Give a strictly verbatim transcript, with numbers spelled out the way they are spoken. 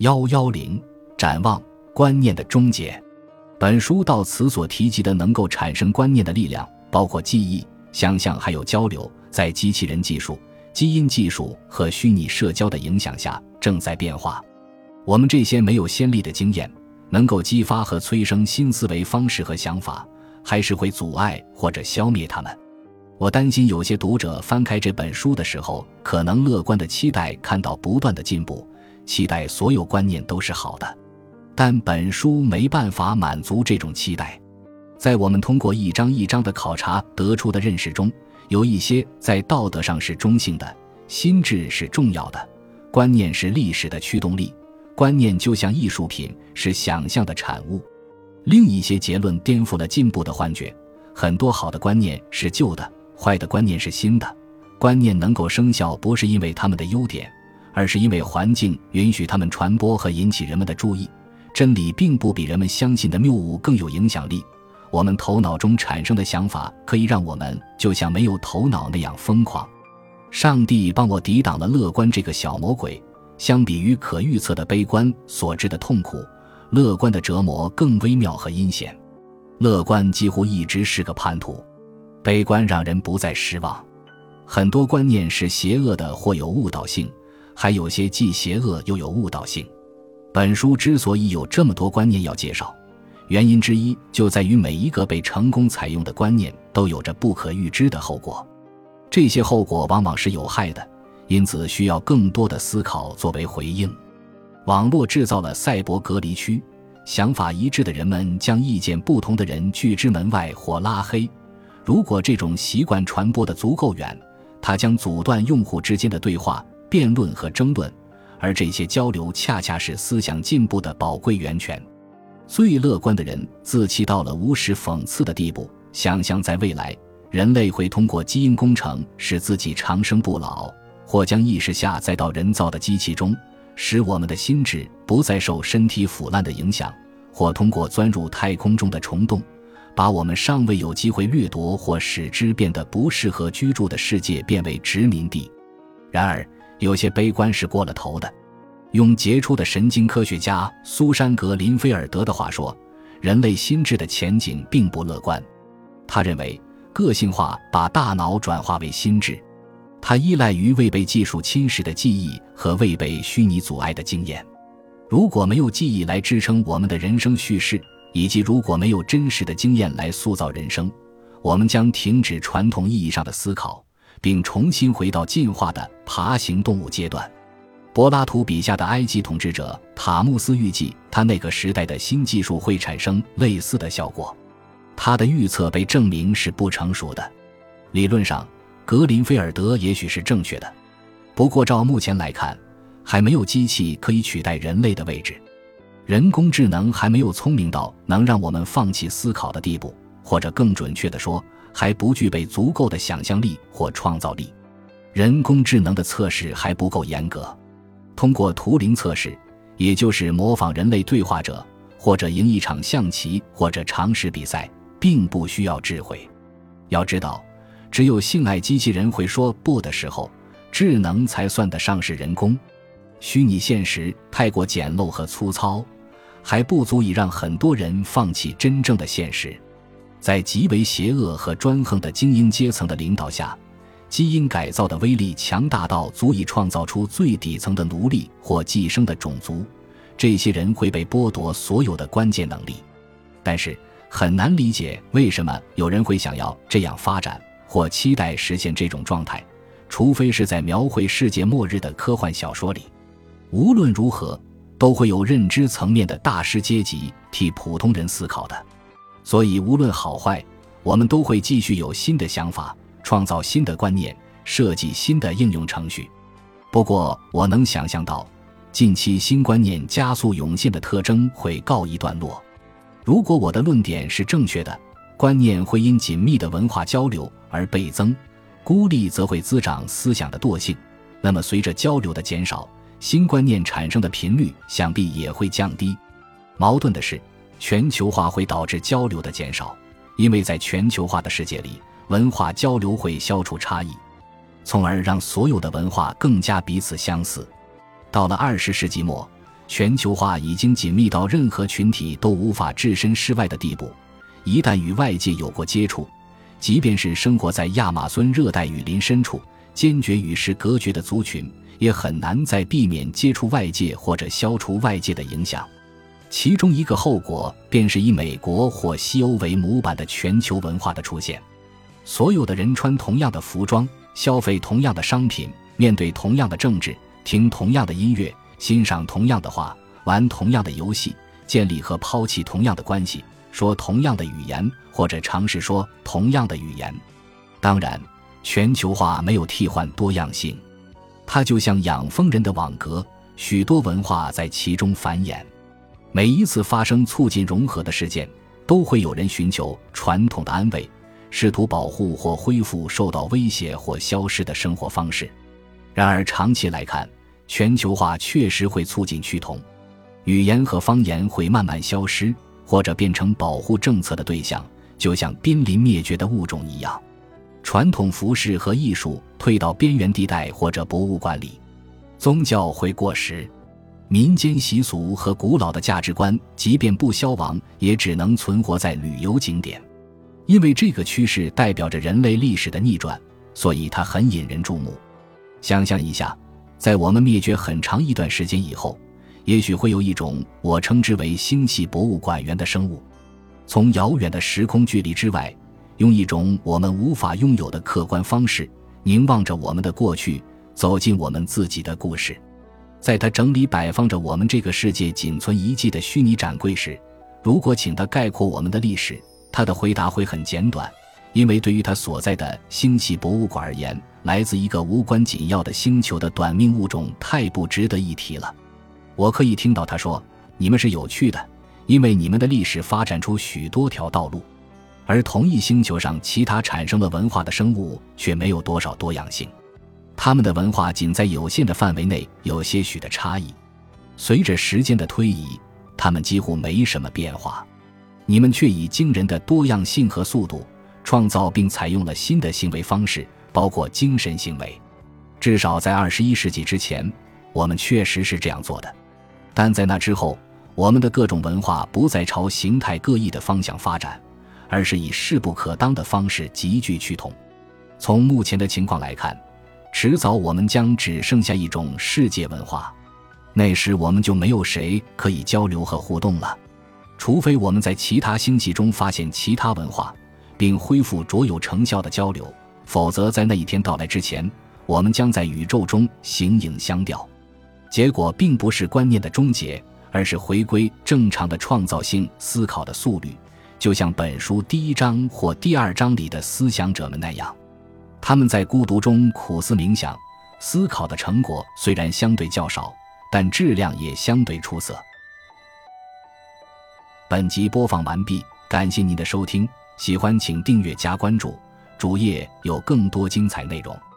一一零展望观念的终结。本书到此所提及的能够产生观念的力量，包括记忆、想象还有交流，在机器人技术、基因技术和虚拟社交的影响下正在变化。我们这些没有先例的经验，能够激发和催生新思维方式和想法，还是会阻碍或者消灭它们。我担心有些读者翻开这本书的时候，可能乐观地期待看到不断的进步，期待所有观念都是好的。但本书没办法满足这种期待。在我们通过一章一章的考察得出的认识中，有一些在道德上是中性的，心智是重要的，观念是历史的驱动力，观念就像艺术品，是想象的产物。另一些结论颠覆了进步的幻觉，很多好的观念是旧的，坏的观念是新的。观念能够生效不是因为它们的优点，而是因为环境允许它们传播和引起人们的注意。真理并不比人们相信的谬误更有影响力，我们头脑中产生的想法可以让我们就像没有头脑那样疯狂。上帝帮我抵挡了乐观这个小魔鬼，相比于可预测的悲观所致的痛苦，乐观的折磨更微妙和阴险。乐观几乎一直是个叛徒，悲观让人不再失望。很多观念是邪恶的或有误导性，还有些既邪恶又有误导性。本书之所以有这么多观念要介绍，原因之一就在于每一个被成功采用的观念都有着不可预知的后果，这些后果往往是有害的，因此需要更多的思考作为回应。网络制造了赛博隔离区，想法一致的人们将意见不同的人拒之门外或拉黑。如果这种习惯传播得足够远，它将阻断用户之间的对话、辩论和争论，而这些交流恰恰是思想进步的宝贵源泉。最乐观的人自欺到了无时讽刺的地步，想象在未来，人类会通过基因工程使自己长生不老，或将意识下载到人造的机器中，使我们的心智不再受身体腐烂的影响，或通过钻入太空中的虫洞，把我们尚未有机会掠夺或使之变得不适合居住的世界变为殖民地。然而有些悲观是过了头的。用杰出的神经科学家苏珊·格林菲尔德的话说，人类心智的前景并不乐观。他认为个性化把大脑转化为心智，它依赖于未被技术侵蚀的记忆和未被虚拟阻碍的经验。如果没有记忆来支撑我们的人生叙事，以及如果没有真实的经验来塑造人生，我们将停止传统意义上的思考，并重新回到进化的爬行动物阶段。柏拉图笔下的埃及统治者塔木斯预计他那个时代的新技术会产生类似的效果，他的预测被证明是不成熟的。理论上，格林菲尔德也许是正确的，不过照目前来看，还没有机器可以取代人类的位置。人工智能还没有聪明到能让我们放弃思考的地步，或者更准确地说，还不具备足够的想象力或创造力。人工智能的测试还不够严格。通过图灵测试，也就是模仿人类对话者，或者赢一场象棋或者常识比赛，并不需要智慧。要知道，只有性爱机器人会说不的时候，智能才算得上是人工。虚拟现实太过简陋和粗糙，还不足以让很多人放弃真正的现实。在极为邪恶和专横的精英阶层的领导下，基因改造的威力强大到足以创造出最底层的奴隶或寄生的种族，这些人会被剥夺所有的关键能力。但是很难理解为什么有人会想要这样发展，或期待实现这种状态，除非是在描绘世界末日的科幻小说里。无论如何，都会有认知层面的大师阶级替普通人思考的。所以无论好坏，我们都会继续有新的想法，创造新的观念，设计新的应用程序。不过我能想象到，近期新观念加速涌现的特征会告一段落。如果我的论点是正确的，观念会因紧密的文化交流而倍增，孤立则会滋长思想的惰性，那么随着交流的减少，新观念产生的频率想必也会降低。矛盾的是，全球化会导致交流的减少，因为在全球化的世界里，文化交流会消除差异，从而让所有的文化更加彼此相似。到了二十世纪末， 全球化已经紧密到任何群体都无法置身事外的地步，一旦与外界有过接触，即便是生活在亚马孙热带雨林深处，坚决与世隔绝的族群，也很难再避免接触外界或者消除外界的影响。其中一个后果便是以美国或西欧为模板的全球文化的出现。所有的人穿同样的服装，消费同样的商品，面对同样的政治，听同样的音乐，欣赏同样的画，玩同样的游戏，建立和抛弃同样的关系，说同样的语言，或者尝试说同样的语言。当然，全球化没有替换多样性，它就像养蜂人的网格，许多文化在其中繁衍。每一次发生促进融合的事件，都会有人寻求传统的安慰，试图保护或恢复受到威胁或消失的生活方式。然而长期来看，全球化确实会促进趋同，语言和方言会慢慢消失，或者变成保护政策的对象，就像濒临灭绝的物种一样。传统服饰和艺术退到边缘地带或者博物馆里，宗教会过时，民间习俗和古老的价值观即便不消亡，也只能存活在旅游景点。因为这个趋势代表着人类历史的逆转，所以它很引人注目。想象一下，在我们灭绝很长一段时间以后，也许会有一种我称之为星系博物馆员的生物，从遥远的时空距离之外，用一种我们无法拥有的客观方式凝望着我们的过去，走进我们自己的故事。在他整理摆放着我们这个世界仅存遗迹的虚拟展柜时，如果请他概括我们的历史，他的回答会很简短，因为对于他所在的星系博物馆而言，来自一个无关紧要的星球的短命物种太不值得一提了。我可以听到他说，你们是有趣的，因为你们的历史发展出许多条道路，而同一星球上其他产生了文化的生物却没有多少多样性，他们的文化仅在有限的范围内有些许的差异，随着时间的推移，他们几乎没什么变化。你们却以惊人的多样性和速度创造并采用了新的行为方式，包括精神行为。至少在二十一世纪之前，我们确实是这样做的。但在那之后，我们的各种文化不再朝形态各异的方向发展，而是以势不可当的方式急剧趋同。从目前的情况来看，迟早我们将只剩下一种世界文化，那时我们就没有谁可以交流和互动了。除非我们在其他星系中发现其他文化，并恢复卓有成效的交流，否则在那一天到来之前，我们将在宇宙中形影相吊。结果并不是观念的终结，而是回归正常的创造性思考的速率，就像本书第一章或第二章里的思想者们那样。他们在孤独中苦思冥想，思考的成果虽然相对较少，但质量也相对出色。本集播放完毕，感谢您的收听，喜欢请订阅加关注，主页有更多精彩内容。